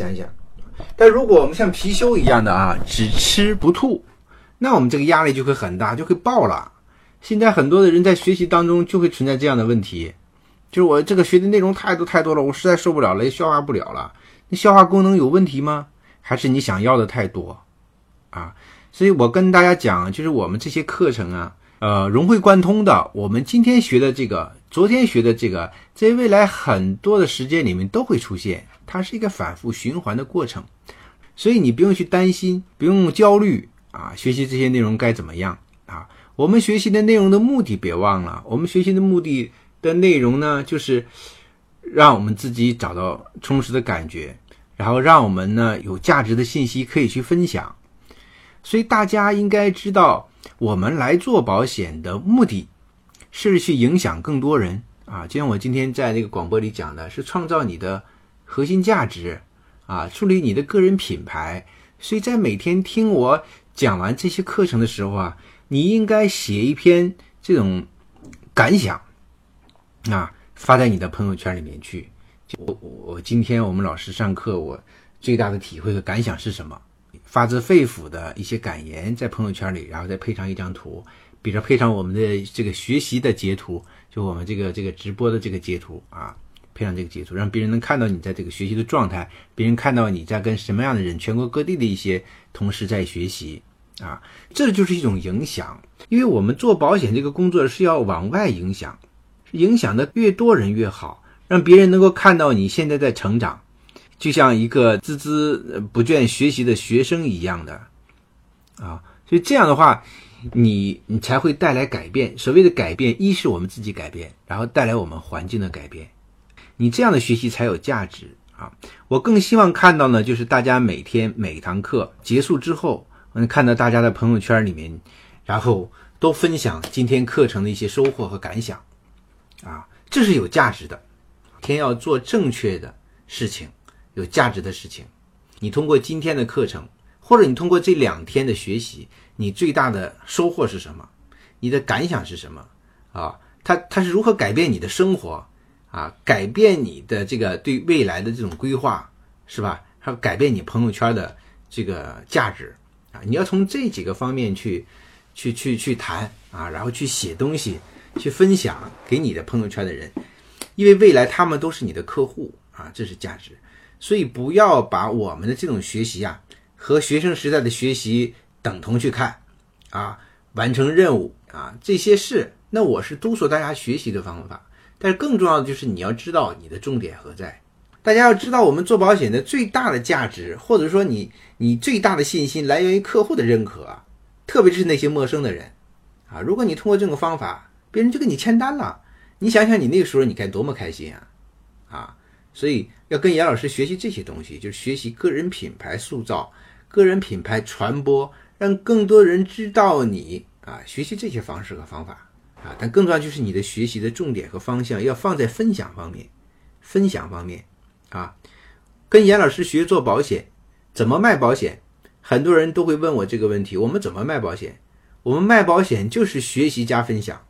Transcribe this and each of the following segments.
想一想。但如果我们像貔貅一样的啊，只吃不吐，那我们这个压力就会很大，就会爆了。现在很多的人在学习当中就会存在这样的问题，就是我这个学的内容太多了，我实在受不了了，也消化不了了。那消化功能有问题吗？还是你想要的太多啊？所以我跟大家讲，就是我们这些课程啊，融会贯通的，我们今天学的这个，昨天学的这个，在未来很多的时间里面都会出现，它是一个反复循环的过程。所以你不用去担心，不用焦虑啊，学习这些内容该怎么样啊？我们学习的内容的目的别忘了，我们学习的目的的内容呢，就是让我们自己找到充实的感觉，然后让我们呢有价值的信息可以去分享。所以大家应该知道，我们来做保险的目的是去影响更多人啊，就像我今天在这个广播里讲的，是创造你的核心价值啊，树立你的个人品牌。所以在每天听我讲完这些课程的时候啊，你应该写一篇这种感想啊，发在你的朋友圈里面去。我今天我们老师上课，我最大的体会和感想是什么？发自肺腑的一些感言在朋友圈里，然后再配上一张图，比如配上我们的这个学习的截图，就我们这个直播的这个截图啊，配上这个截图，让别人能看到你在这个学习的状态，别人看到你在跟什么样的人，全国各地的一些同事在学习啊，这就是一种影响。因为我们做保险这个工作是要往外影响，影响的越多人越好，让别人能够看到你现在在成长，就像一个孜孜不倦学习的学生一样的啊。所以这样的话你才会带来改变。所谓的改变，一是我们自己改变，然后带来我们环境的改变，你这样的学习才有价值啊。我更希望看到呢，就是大家每天每堂课结束之后，我能看到大家的朋友圈里面，然后都分享今天课程的一些收获和感想啊，这是有价值的。天要做正确的事情，有价值的事情。你通过今天的课程，或者你通过这2天的学习，你最大的收获是什么？你的感想是什么啊？它是如何改变你的生活啊？改变你的这个对未来的这种规划，是吧？还有改变你朋友圈的这个价值啊！你要从这几个方面去谈啊，然后去写东西，去分享给你的朋友圈的人，因为未来他们都是你的客户啊，这是价值。所以不要把我们的这种学习啊和学生时代的学习等同去看啊，完成任务啊，这些是那我是督促大家学习的方法，但是更重要的就是你要知道你的重点何在。大家要知道，我们做保险的最大的价值，或者说你最大的信心来源于客户的认可啊，特别是那些陌生的人啊。如果你通过这种方法，别人就给你签单了，你想想你那个时候你该多么开心啊！所以要跟严老师学习这些东西，就是学习个人品牌塑造、个人品牌传播，让更多人知道你啊，学习这些方式和方法啊。但更重要就是你的学习的重点和方向要放在分享方面啊。跟严老师学做保险，怎么卖保险？很多人都会问我这个问题，我们怎么卖保险？我们卖保险就是学习加分享，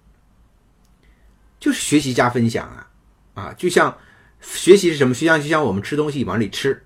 就是学习加分享啊！就像学习是什么？就像我们吃东西往里吃。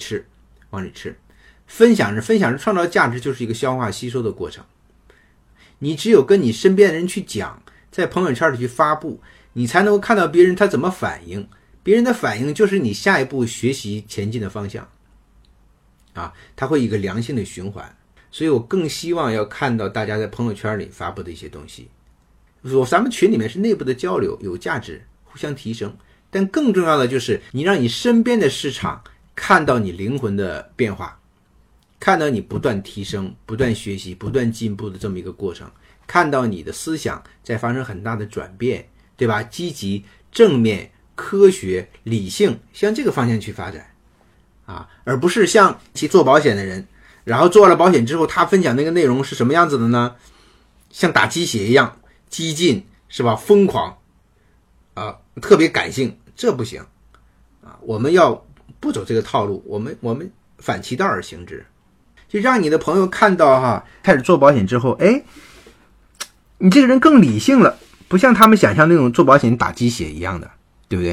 分享是创造价值，就是一个消化吸收的过程。你只有跟你身边的人去讲，在朋友圈里去发布，你才能够看到别人他怎么反应。别人的反应就是你下一步学习前进的方向啊，它会一个良性的循环。所以我更希望要看到大家在朋友圈里发布的一些东西。咱们群里面是内部的交流，有价值，互相提升。但更重要的就是你让你身边的市场看到你灵魂的变化，看到你不断提升、不断学习、不断进步的这么一个过程，看到你的思想在发生很大的转变，对吧？积极、正面、科学、理性，向这个方向去发展啊，而不是像去做保险的人，然后做了保险之后，他分享那个内容是什么样子的呢？像打鸡血一样激进，是吧？疯狂啊，特别感性，这不行啊！我们要不走这个套路，我们反其道而行之，就让你的朋友看到开始做保险之后，你这个人更理性了，不像他们想象那种做保险打鸡血一样的，对不对？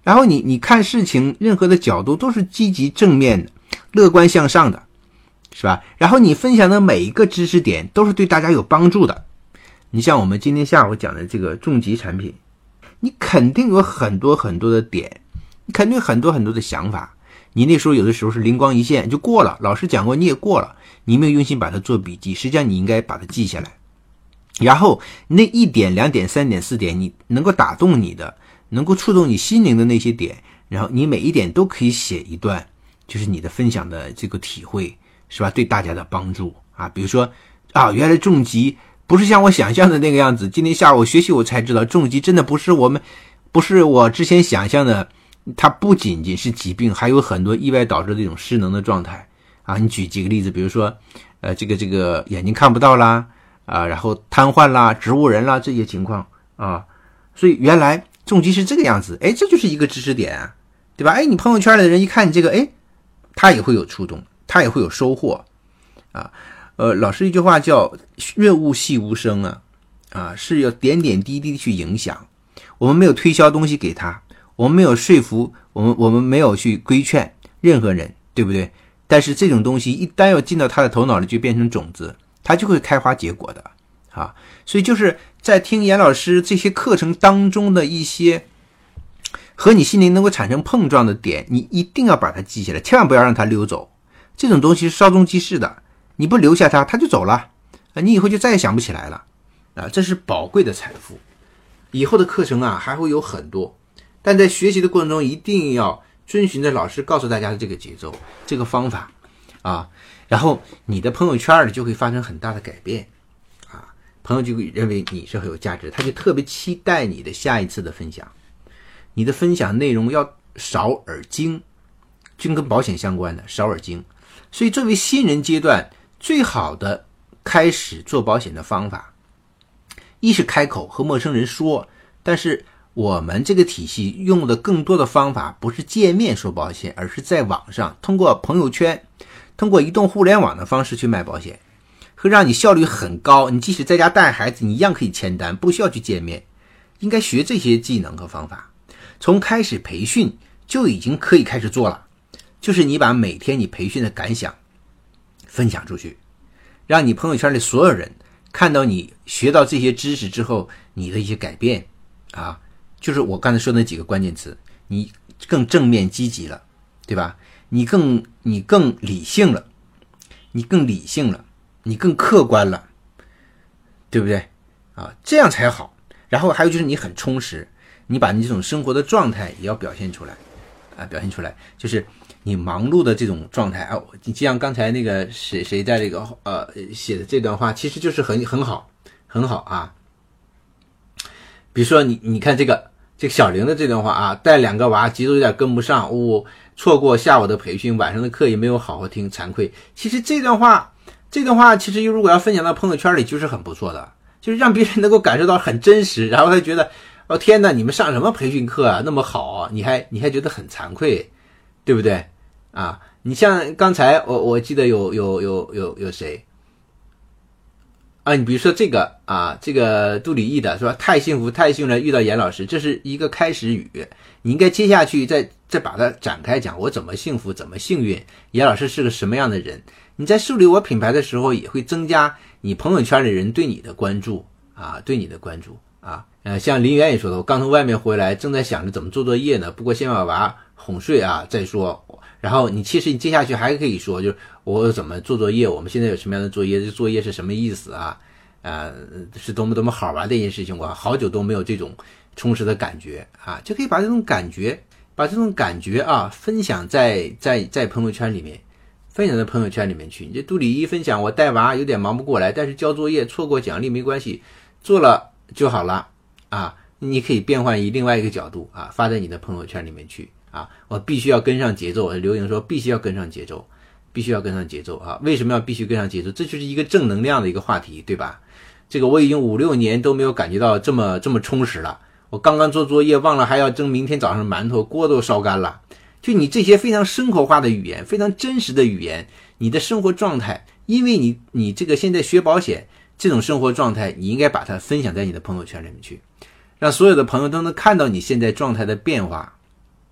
然后你看事情任何的角度都是积极正面的，乐观向上的，是吧？然后你分享的每一个知识点都是对大家有帮助的。你像我们今天下午讲的这个重疾产品，你肯定有很多很多的点，你肯定有很多很多的想法，你那时候有的时候是灵光一现就过了，老师讲过你也过了，你没有用心把它做笔记，实际上你应该把它记下来。然后那1点、2点、3点、4点，你能够打动你的，能够触动你心灵的那些点，然后你每一点都可以写一段，就是你的分享的这个体会，是吧？对大家的帮助啊。比如说啊，原来重疾不是像我想象的那个样子，今天下午学习我才知道，重疾真的不是我之前想象的，它不仅仅是疾病，还有很多意外导致的一种失能的状态啊。你举几个例子，比如说这个眼睛看不到啦啊，然后瘫痪啦、植物人啦这些情况啊。所以原来重疾是这个样子，这就是一个知识点啊，对吧？你朋友圈里的人一看你这个，他也会有触动，他也会有收获啊。老师一句话叫润物细无声啊，是要点点滴滴的去影响。我们没有推销东西给他，我们没有说服，我们没有去规劝任何人，对不对？但是这种东西一旦要进到他的头脑里，就变成种子，他就会开花结果的啊。所以就是在听严老师这些课程当中的一些和你心灵能够产生碰撞的点，你一定要把它记下来，千万不要让它溜走。这种东西是稍纵即逝的，你不留下它，它就走了，你以后就再也想不起来了啊！这是宝贵的财富。以后的课程还会有很多，但在学习的过程中一定要遵循着老师告诉大家的这个节奏、这个方法啊，然后你的朋友圈里就会发生很大的改变啊，朋友就会认为你是很有价值，他就特别期待你的下一次的分享。你的分享内容要少而精，就跟保险相关的，少而精。所以作为新人阶段最好的开始做保险的方法，一是开口和陌生人说，但是我们这个体系用的更多的方法不是见面说保险，而是在网上通过朋友圈、通过移动互联网的方式去卖保险，会让你效率很高。你即使在家带孩子，你一样可以签单，不需要去见面。应该学这些技能和方法，从开始培训就已经可以开始做了，就是你把每天你培训的感想分享出去，让你朋友圈里所有人看到你学到这些知识之后你的一些改变啊，就是我刚才说的那几个关键词，你更正面积极了，对吧？你更理性了，你更客观了，对不对啊？这样才好。然后还有就是你很充实，你把你这种生活的状态也要表现出来啊，表现出来，就是你忙碌的这种状态啊。就像刚才那个谁在这个写的这段话，其实就是很好啊。比如说你看这个小玲的这段话啊，带2个娃，节奏有点跟不上，错过下午的培训，晚上的课也没有好好听，惭愧。其实这段话其实如果要分享到朋友圈里，就是很不错的，就是让别人能够感受到很真实，然后他觉得天哪，你们上什么培训课啊，那么好啊，你还觉得很惭愧，对不对啊？你像刚才我记得有谁啊？你比如说这个杜李毅的说太幸福太幸运了，遇到严老师，这是一个开始语，你应该接下去再把它展开讲，我怎么幸福怎么幸运，严老师是个什么样的人。你在树立我品牌的时候，也会增加你朋友圈里人对你的关注啊，像林源也说的，我刚从外面回来，正在想着怎么做作业呢，不过先把娃哄睡啊再说。然后你接下去还可以说，就是我怎么做作业，我们现在有什么样的作业，这作业是什么意思啊？是多么好玩的一件事情，我好久都没有这种充实的感觉啊，就可以把这种感觉分享在朋友圈里面。分享到朋友圈里面去。你这杜李一分享，我带娃有点忙不过来，但是交作业错过奖励没关系，做了就好了啊。你可以变换另外一个角度啊，发在你的朋友圈里面去啊。我必须要跟上节奏，刘莹说必须要跟上节奏啊。为什么要必须跟上节奏？这就是一个正能量的一个话题，对吧？这个我已经5-6年都没有感觉到这么充实了。我刚刚做作业忘了还要蒸明天早上馒头，锅都烧干了。就你这些非常生活化的语言，非常真实的语言，你的生活状态，因为你这个现在学保险这种生活状态，你应该把它分享在你的朋友圈里面去，让所有的朋友都能看到你现在状态的变化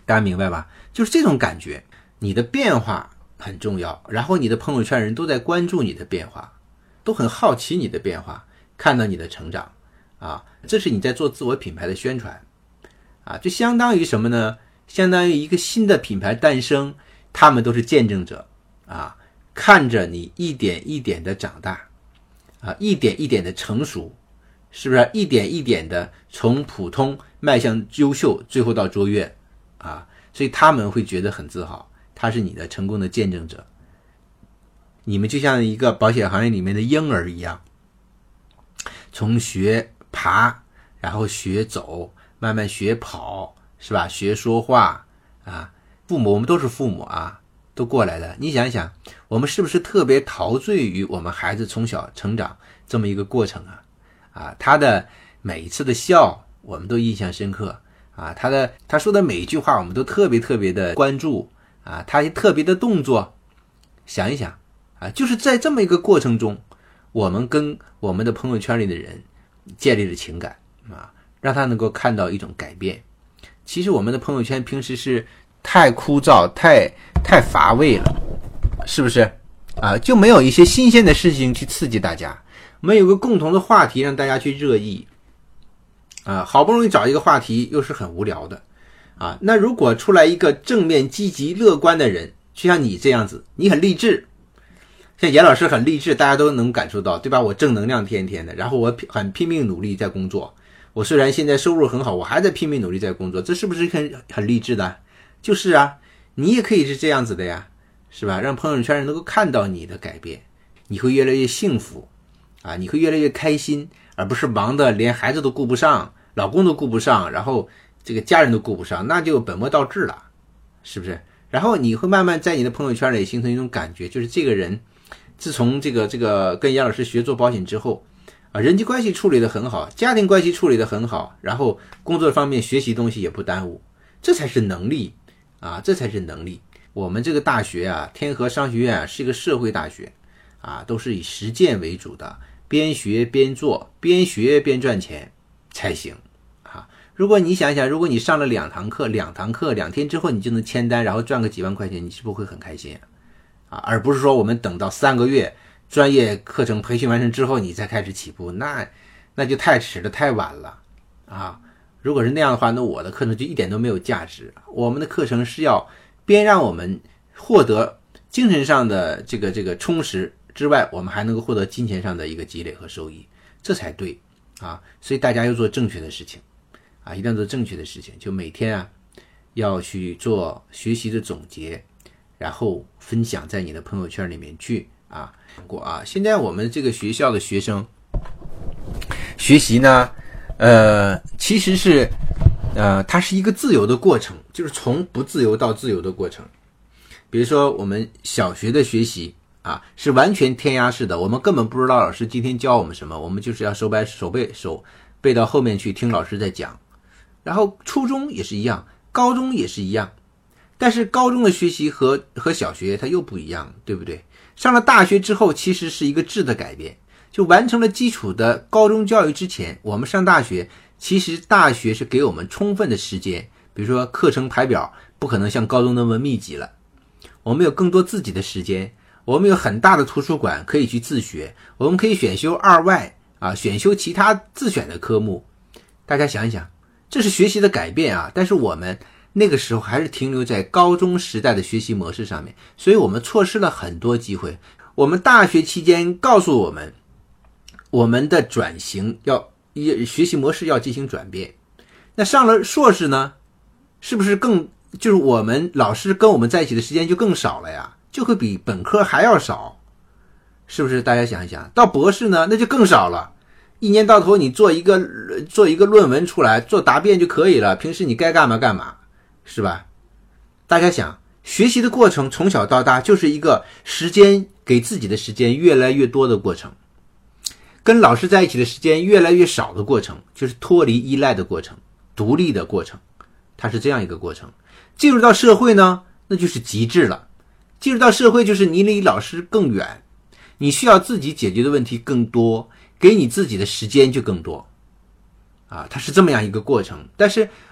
大家明白吧？就是这种感觉，你的变化很重要，然后你的朋友圈人都在关注你的变化，都很好奇你的变化，看到你的成长啊，这是你在做自我品牌的宣传啊，就相当于什么呢？相当于一个新的品牌诞生，他们都是见证者啊，看着你一点一点的长大啊，一点一点的成熟，是不是？一点一点的从普通迈向优秀，最后到卓越啊，所以他们会觉得很自豪，他是你的成功的见证者。你们就像一个保险行业里面的婴儿一样，从学爬，然后学走，慢慢学跑，是吧？学说话啊，父母，我们都是父母啊，都过来的。你想想，我们是不是特别陶醉于我们孩子从小成长这么一个过程啊？啊，他的每一次的笑，我们都印象深刻啊。他说的每一句话，我们都特别特别的关注啊。他特别的动作，想一想啊，就是在这么一个过程中，我们跟我们的朋友圈里的人建立了情感啊，让他能够看到一种改变。其实我们的朋友圈平时是太枯燥、太乏味了，是不是啊？就没有一些新鲜的事情去刺激大家，没有个共同的话题让大家去热议啊。好不容易找一个话题，又是很无聊的啊。那如果出来一个正面、积极、乐观的人，就像你这样子，你很励志，像严老师很励志，大家都能感受到，对吧？我正能量天天的，然后我很拼命努力在工作。我虽然现在收入很好，我还在拼命努力在工作，这是不是很励志的？就是啊，你也可以是这样子的呀，是吧？让朋友圈人能够看到你的改变，你会越来越幸福啊，你会越来越开心，而不是忙的连孩子都顾不上，老公都顾不上，然后这个家人都顾不上，那就本末倒置了，是不是？然后你会慢慢在你的朋友圈里形成一种感觉，就是这个人自从这个跟杨老师学做保险之后啊，人际关系处理得很好，家庭关系处理得很好，然后工作方面学习东西也不耽误，这才是能力啊，这才是能力。我们这个大学啊，天河商学院啊，是一个社会大学啊，都是以实践为主的，边学边做，边学边赚钱才行啊。如果你想想，如果你上了2堂课2天之后你就能签单，然后赚个几万块钱，你是不是会很开心啊？而不是说我们等到3个月专业课程培训完成之后你再开始起步，那就太迟了，太晚了啊！如果是那样的话，那我的课程就一点都没有价值。我们的课程是要边让我们获得精神上的这个充实之外，我们还能够获得金钱上的一个积累和收益，这才对啊！所以大家要做正确的事情啊，一定要做正确的事情，就每天啊要去做学习的总结，然后分享在你的朋友圈里面去啊。现在我们这个学校的学生学习呢，其实是它是一个自由的过程，就是从不自由到自由的过程。比如说我们小学的学习啊，是完全填鸭式的，我们根本不知道老师今天教我们什么，我们就是要手背到后面去听老师在讲。然后初中也是一样，高中也是一样，但是高中的学习和小学它又不一样，对不对？上了大学之后，其实是一个质的改变，就完成了基础的高中教育之前，我们上大学，其实大学是给我们充分的时间，比如说课程排表不可能像高中那么密集了，我们有更多自己的时间，我们有很大的图书馆可以去自学，我们可以选修2外啊，选修其他自选的科目。大家想一想，这是学习的改变啊，但是我们那个时候还是停留在高中时代的学习模式上面，所以我们错失了很多机会。我们大学期间告诉我们，我们的转型学习模式要进行转变。那上了硕士呢，是不是就是我们老师跟我们在一起的时间就更少了呀，就会比本科还要少，是不是？大家想一想，到博士呢，那就更少了。一年到头你做一个论文出来，做答辩就可以了，平时你该干嘛干嘛，是吧？大家想，学习的过程从小到大就是一个给自己的时间越来越多的过程，跟老师在一起的时间越来越少的过程，就是脱离依赖的过程，独立的过程，它是这样一个过程。进入到社会呢，那就是极致了。进入到社会就是你离老师更远，你需要自己解决的问题更多，给你自己的时间就更多啊，它是这么样一个过程。但是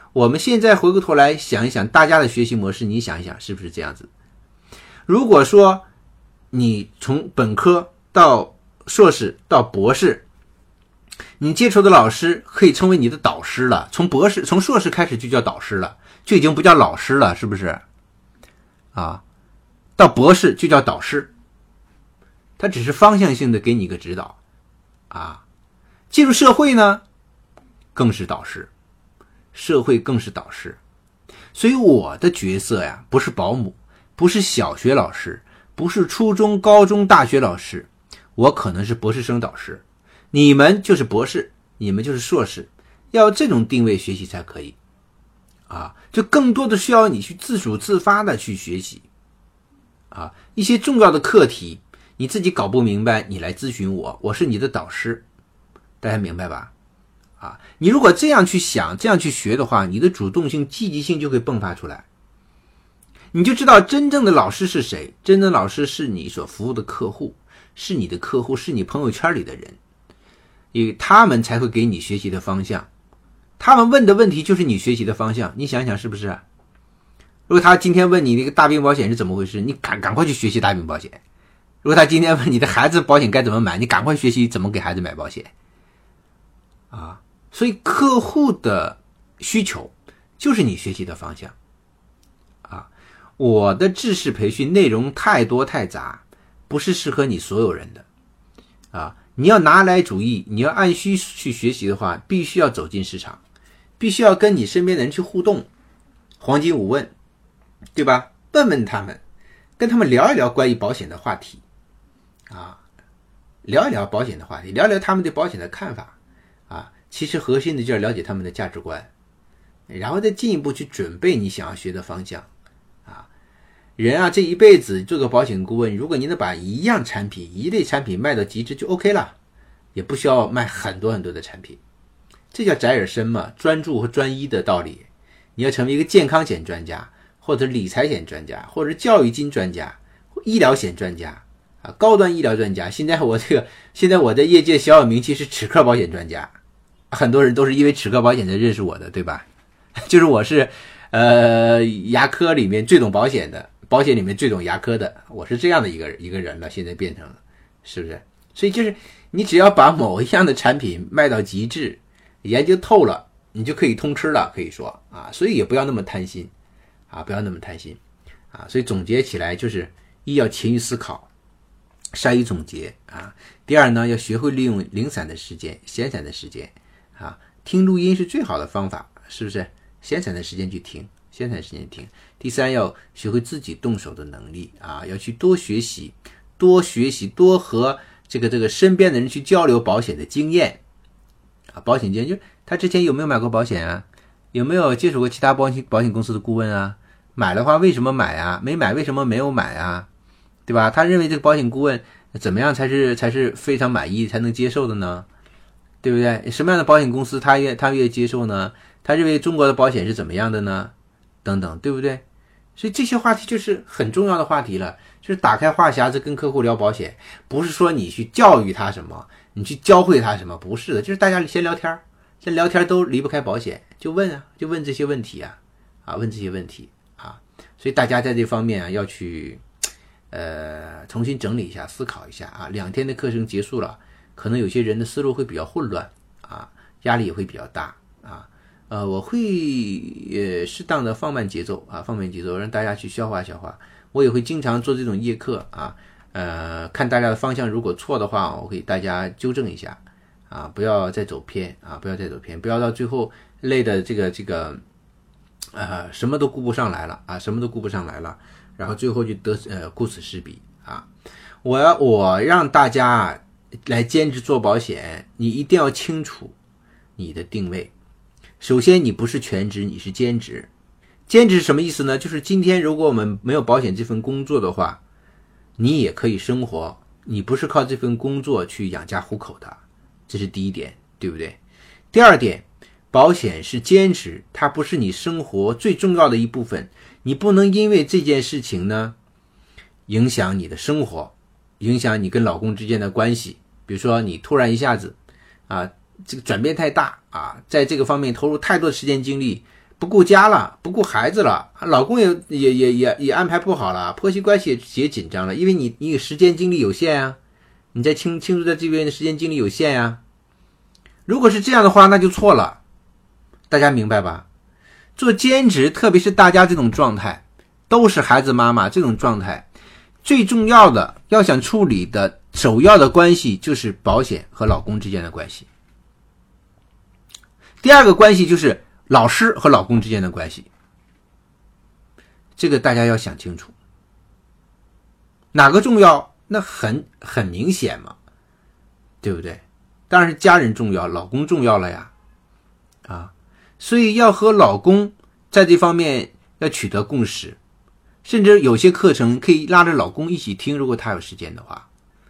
我们现在回过头来想一想大家的学习模式，你想一想是不是这样子？如果说你从本科到硕士到博士，你接触的老师可以称为你的导师了，从硕士开始就叫导师了，就已经不叫老师了，是不是？啊，到博士就叫导师，他只是方向性的给你一个指导啊。进入社会呢，更是导师，社会更是导师。所以我的角色呀，不是保姆，不是小学老师，不是初中、高中、大学老师，我可能是博士生导师。你们就是博士，你们就是硕士，要这种定位学习才可以啊，就更多的需要你去自主自发的去学习啊，一些重要的课题你自己搞不明白，你来咨询我，我是你的导师，大家明白吧？啊，你如果这样去想，这样去学的话，你的主动性、积极性就会迸发出来，你就知道真正的老师是谁。真正的老师是你所服务的客户，是你的客户，是你朋友圈里的人，因为他们才会给你学习的方向，他们问的问题就是你学习的方向，你想想是不是？如果他今天问你那个大病保险是怎么回事，你赶快去学习大病保险。如果他今天问你的孩子保险该怎么买，你赶快学习怎么给孩子买保险啊。所以客户的需求就是你学习的方向啊。我的知识培训内容太多太杂，不是适合你所有人的啊。你要拿来主义，你要按需去学习的话，必须要走进市场，必须要跟你身边的人去互动，黄金五问，对吧？问问他们，跟他们聊一聊关于保险的话题啊，聊一聊保险的话题，聊聊他们对保险的看法啊。其实核心的就是了解他们的价值观，然后再进一步去准备你想要学的方向啊。人啊，这一辈子做个保险顾问，如果你能把一样产品、一类产品卖到极致就 OK 了，也不需要卖很多很多的产品。这叫宅尔身嘛，专注和专一的道理。你要成为一个健康险专家，或者理财险专家，或者教育金专家，医疗险专家啊，高端医疗专家。现在我在业界小有名气是齿科保险专家，很多人都是因为齿科保险才认识我的，对吧？就是我是牙科里面最懂保险的，保险里面最懂牙科的，我是这样的一个人了，现在变成了，是不是？所以就是你只要把某一样的产品卖到极致，研究透了，你就可以通吃了，可以说啊。所以也不要那么贪心啊，不要那么贪心啊。所以总结起来就是：一要勤于思考，善于总结啊；第二呢，要学会利用零散的时间、闲散的时间啊。听录音是最好的方法，是不是？闲散的时间去听，闲散的时间去听。第三，要学会自己动手的能力啊，要去多学习，多和这个身边的人去交流保险的经验啊。保险经验就是他之前有没有买过保险啊？有没有接触过其他保险公司的顾问啊？买的话为什么买啊？没买为什么没有买啊？对吧？他认为这个保险顾问怎么样才是非常满意才能接受的呢？对不对？什么样的保险公司他愿意接受呢？他认为中国的保险是怎么样的呢？等等，对不对？所以这些话题就是很重要的话题了，就是打开话匣子跟客户聊保险，不是说你去教育他什么，你去教会他什么，不是的，就是大家先聊天，先聊天都离不开保险，就问这些问题啊，问这些问题啊。所以大家在这方面啊要去重新整理一下，思考一下啊。2天的课程结束了，可能有些人的思路会比较混乱啊，压力也会比较大啊。我会适当的放慢节奏啊，让大家去消化消化。我也会经常做这种夜课啊，看大家的方向如果错的话，我给大家纠正一下啊，不要再走偏啊，不要到最后累的这个什么都顾不上来了啊，然后最后就顾此失彼啊。我让大家来兼职做保险，你一定要清楚你的定位。首先你不是全职，你是兼职。兼职是什么意思呢？就是今天如果我们没有保险这份工作的话，你也可以生活，你不是靠这份工作去养家糊口的，这是第一点，对不对？第二点，保险是兼职，它不是你生活最重要的一部分，你不能因为这件事情呢影响你的生活，影响你跟老公之间的关系。比如说你突然一下子这个转变太大啊，在这个方面投入太多的时间精力， 不顾家了，不顾孩子了，老公也安排不好了，婆媳关系也紧张了，因为你时间精力有限啊，你在倾注在这边的时间精力有限呀。如果是这样的话，那就错了，大家明白吧？做兼职，特别是大家这种状态，都是孩子妈妈这种状态，最重要的要想处理的首要的关系就是保险和老公之间的关系。第二个关系就是老师和老公之间的关系，这个大家要想清楚，哪个重要？那很明显嘛，对不对？当然是家人重要，老公重要了呀，所以要和老公在这方面要取得共识，甚至有些课程可以拉着老公一起听，如果他有时间的话，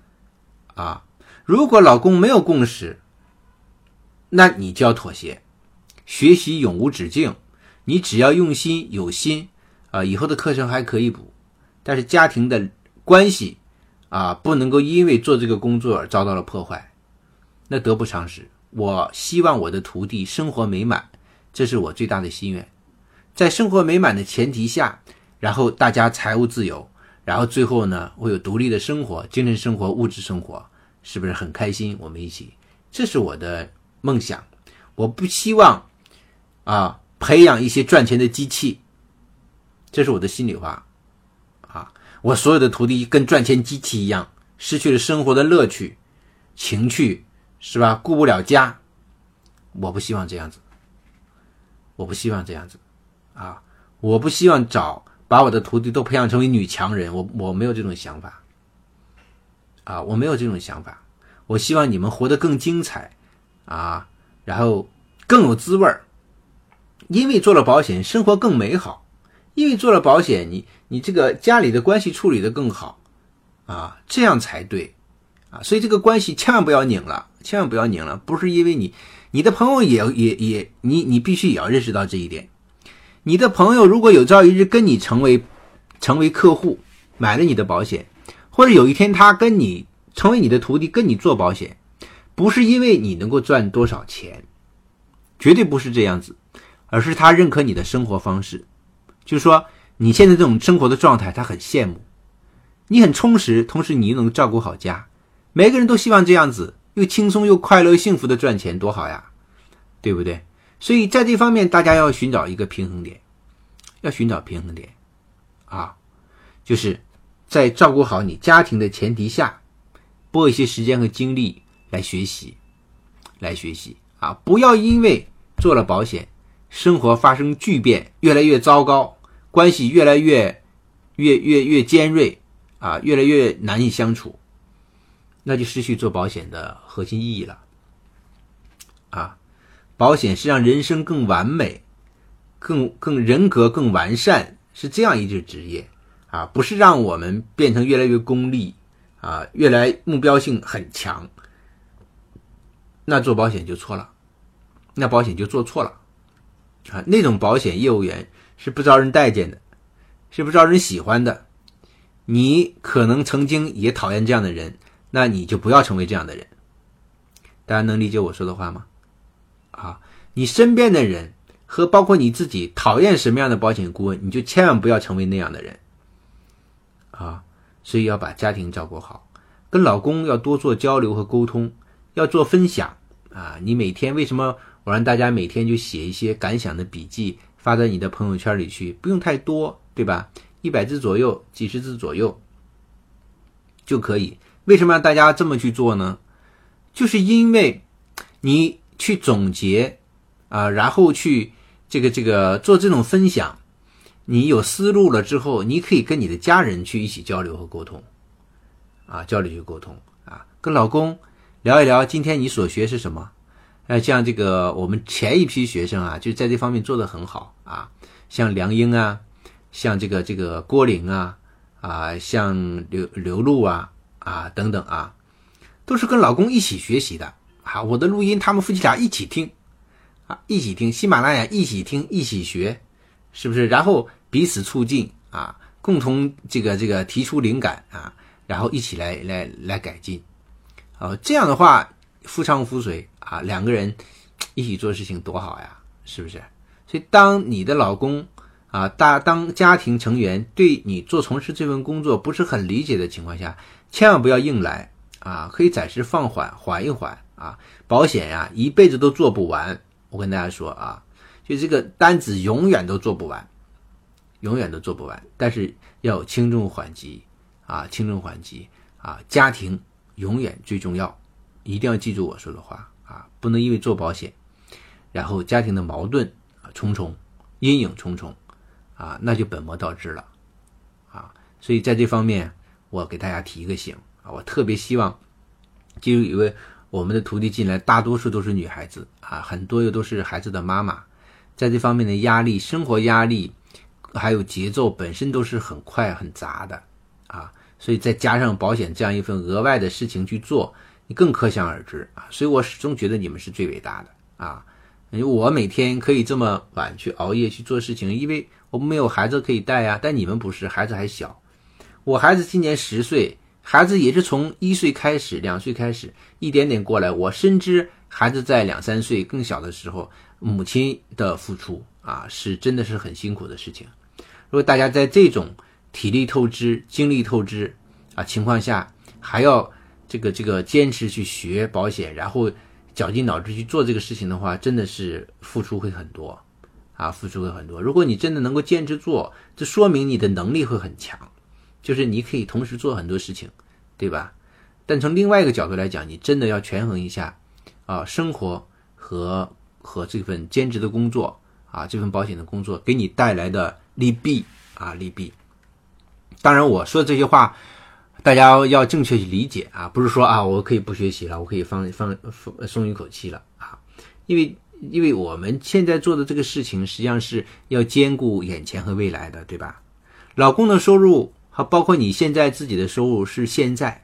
如果老公没有共识，那你就要妥协。学习永无止境，你只要用心有心以后的课程还可以补，但是家庭的关系不能够因为做这个工作而遭到了破坏，那得不偿失。我希望我的徒弟生活美满，这是我最大的心愿。在生活美满的前提下，然后大家财务自由，然后最后呢会有独立的生活，精神生活、物质生活，是不是很开心？我们一起，这是我的梦想。我不希望培养一些赚钱的机器，这是我的心里话我所有的徒弟跟赚钱机器一样，失去了生活的乐趣、情趣，是吧？顾不了家，我不希望这样子，我不希望把我的徒弟都培养成为女强人，我没有这种想法我没有这种想法。我希望你们活得更精彩然后更有滋味儿。因为做了保险，生活更美好；因为做了保险，你这个家里的关系处理得更好这样才对所以这个关系千万不要拧了，千万不要拧了。不是因为你的朋友你必须也要认识到这一点。你的朋友如果有朝一日跟你成为客户，买了你的保险，或者有一天他跟你成为你的徒弟，跟你做保险，不是因为你能够赚多少钱，绝对不是这样子，而是他认可你的生活方式，就是说你现在这种生活的状态他很羡慕，你很充实，同时你又能照顾好家，每个人都希望这样子，又轻松又快乐又幸福的赚钱，多好呀，对不对？所以在这方面大家要寻找一个平衡点，就是在照顾好你家庭的前提下，拨一些时间和精力来学习不要因为做了保险，生活发生巨变，越来越糟糕，关系越来越尖锐越来越难以相处，那就失去做保险的核心意义了保险是让人生更完美，更人格更完善，是这样一支职业不是让我们变成越来越功利越来目标性很强，那做保险就错了，那保险就做错了那种保险业务员是不招人待见的，是不招人喜欢的。你可能曾经也讨厌这样的人，那你就不要成为这样的人。大家能理解我说的话吗？你身边的人和包括你自己讨厌什么样的保险顾问，你就千万不要成为那样的人所以要把家庭照顾好，跟老公要多做交流和沟通，要做分享你每天为什么我让大家每天就写一些感想的笔记发在你的朋友圈里去，不用太多，对吧？100字左右，几十字左右就可以。为什么让大家这么去做呢？就是因为你去总结然后去这个做这种分享，你有思路了之后，你可以跟你的家人去一起交流和沟通跟老公聊一聊今天你所学是什么像这个我们前一批学生就在这方面做得很好像梁英像这个郭玲像刘露等等都是跟老公一起学习的我的录音他们夫妻俩一起听喜马拉雅一起听一起学，是不是？然后彼此促进共同这个提出灵感然后一起来改进这样的话夫唱妇随两个人一起做事情多好呀，是不是？ 所以当你的老公当家庭成员对你从事这份工作不是很理解的情况下，千万不要硬来可以暂时放缓一缓保险呀一辈子都做不完。我跟大家说就这个单子永远都做不完，但是要有轻重缓急家庭永远最重要，一定要记住我说的话不能因为做保险，然后家庭的矛盾重重，阴影重重那就本末倒置了所以在这方面我给大家提一个醒我特别希望就因为我们的徒弟进来大多数都是女孩子很多又都是孩子的妈妈，在这方面的压力，生活压力还有节奏本身都是很快很杂的所以再加上保险这样一份额外的事情去做，你更可想而知所以我始终觉得你们是最伟大的我每天可以这么晚去熬夜去做事情，因为我们没有孩子可以带但你们不是，孩子还小，我孩子今年10岁，孩子也是从1岁开始2岁开始一点点过来，我深知孩子在2、3岁更小的时候母亲的付出是真的是很辛苦的事情。如果大家在这种体力透支精力透支情况下还要这个坚持去学保险，然后绞尽脑汁去做这个事情的话，真的是付出会很多如果你真的能够坚持做，这说明你的能力会很强，就是你可以同时做很多事情，对吧？但从另外一个角度来讲，你真的要权衡一下生活和这份兼职的工作这份保险的工作给你带来的利弊。当然我说这些话大家要正确去理解不是说我可以不学习了，我可以松一口气了因为我们现在做的这个事情实际上是要兼顾眼前和未来的，对吧？老公的收入和包括你现在自己的收入是现在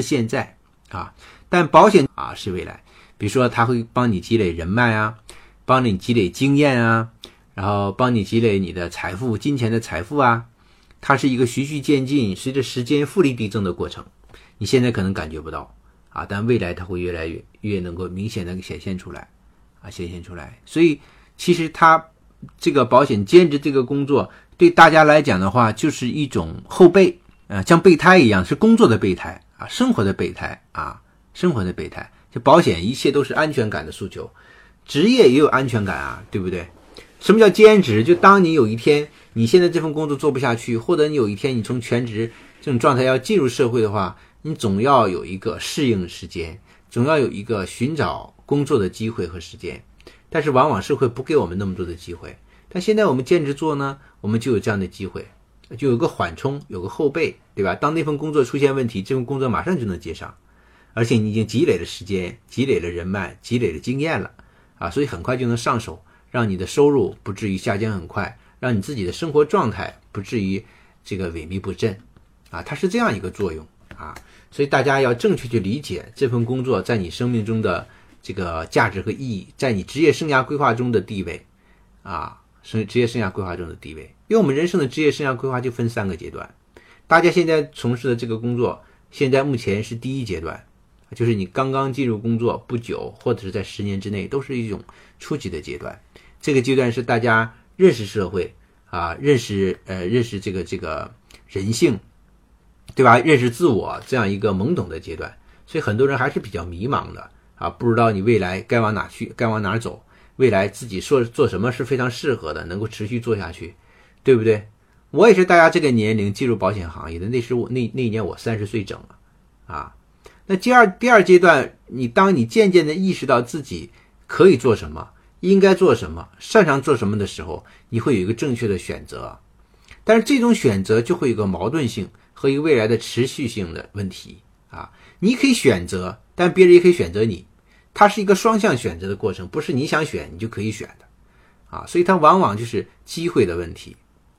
但保险是未来。比如说他会帮你积累人脉帮你积累经验然后帮你积累你的财富，金钱的财富它是一个循序渐进，随着时间复利递增的过程，你现在可能感觉不到但未来它会越来越能够明显的显现出来。所以其实它这个保险兼职这个工作对大家来讲的话，就是一种后备像备胎一样，是工作的备胎生活的备胎就保险一切都是安全感的诉求，职业也有安全感对不对？什么叫兼职？就当你有一天你现在这份工作做不下去，或者你有一天你从全职这种状态要进入社会的话，你总要有一个适应时间，总要有一个寻找工作的机会和时间，但是往往社会不给我们那么多的机会。但现在我们兼职做呢，我们就有这样的机会，就有个缓冲，有个后备，对吧？当那份工作出现问题，这份工作马上就能接上，而且你已经积累了时间，积累了人脉，积累了经验了所以很快就能上手，让你的收入不至于下降很快，让你自己的生活状态不至于这个萎靡不振它是这样一个作用所以大家要正确去理解这份工作在你生命中的这个价值和意义，在你职业生涯规划中的地位职业生涯规划中的地位。因为我们人生的职业生涯规划就分3个阶段，大家现在从事的这个工作现在目前是第1阶段，就是你刚刚进入工作不久，或者是在10年之内，都是一种初级的阶段。这个阶段是大家认识社会认识这个人性，对吧？认识自我这样一个懵懂的阶段，所以很多人还是比较迷茫的不知道你未来该往哪去，该往哪走，未来自己做什么是非常适合的，能够持续做下去，对不对？我也是大家这个年龄进入保险行业的，那一年我30岁整了那第二阶段，当你渐渐的意识到自己可以做什么，应该做什么，擅长做什么的时候，你会有一个正确的选择。但是这种选择就会有一个矛盾性和一个未来的持续性的问题你可以选择，但别人也可以选择你，它是一个双向选择的过程，不是你想选你就可以选的所以它往往就是机会的问题，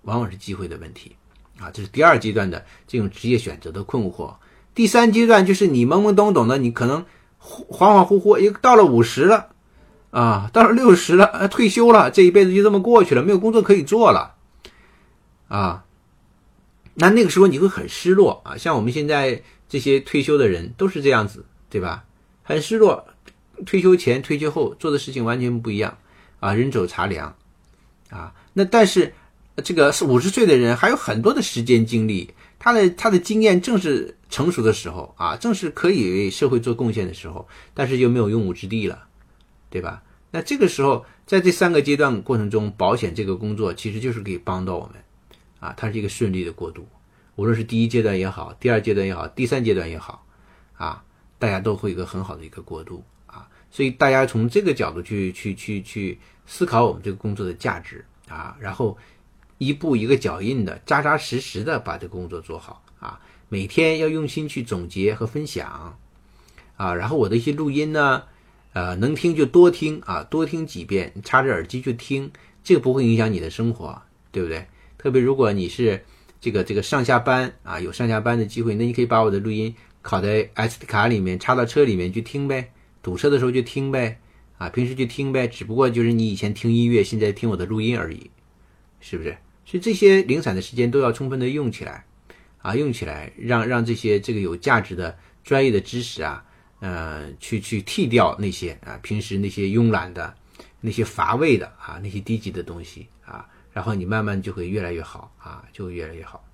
这是第2阶段的这种职业选择的困惑。第3阶段就是你懵懵懂懂的，你可能恍恍惚惚到了50了到了60了退休了，这一辈子就这么过去了，没有工作可以做了那个时候你会很失落像我们现在这些退休的人都是这样子，对吧？很失落，退休前退休后做的事情完全不一样人走茶凉啊。那但是这个50岁的人还有很多的时间精力，他的经验正是成熟的时候啊，正是可以为社会做贡献的时候，但是又没有用武之地了，对吧？那这个时候，在这3个阶段过程中，保险这个工作其实就是可以帮到我们啊，它是一个顺利的过渡，无论是第1阶段也好，第2阶段也好，第3阶段也好啊，大家都会有一个很好的一个过渡啊，所以大家从这个角度去思考我们这个工作的价值啊，然后一步一个脚印的扎扎实实的把这个工作做好啊，每天要用心去总结和分享啊，然后我的一些录音呢能听就多听啊，多听几遍，插着耳机去听，这个不会影响你的生活，对不对？特别如果你是这个上下班啊，有上下班的机会，那你可以把我的录音拷在 SD 卡里面，插到车里面去听呗，堵车的时候就听呗，啊，平时就听呗，只不过就是你以前听音乐，现在听我的录音而已，是不是？所以这些零散的时间都要充分的用起来啊，用起来让这些这个有价值的专业的知识啊。去替掉那些啊平时那些慵懒的、那些乏味的啊那些低级的东西啊，然后你慢慢就会越来越好啊，就会越来越好。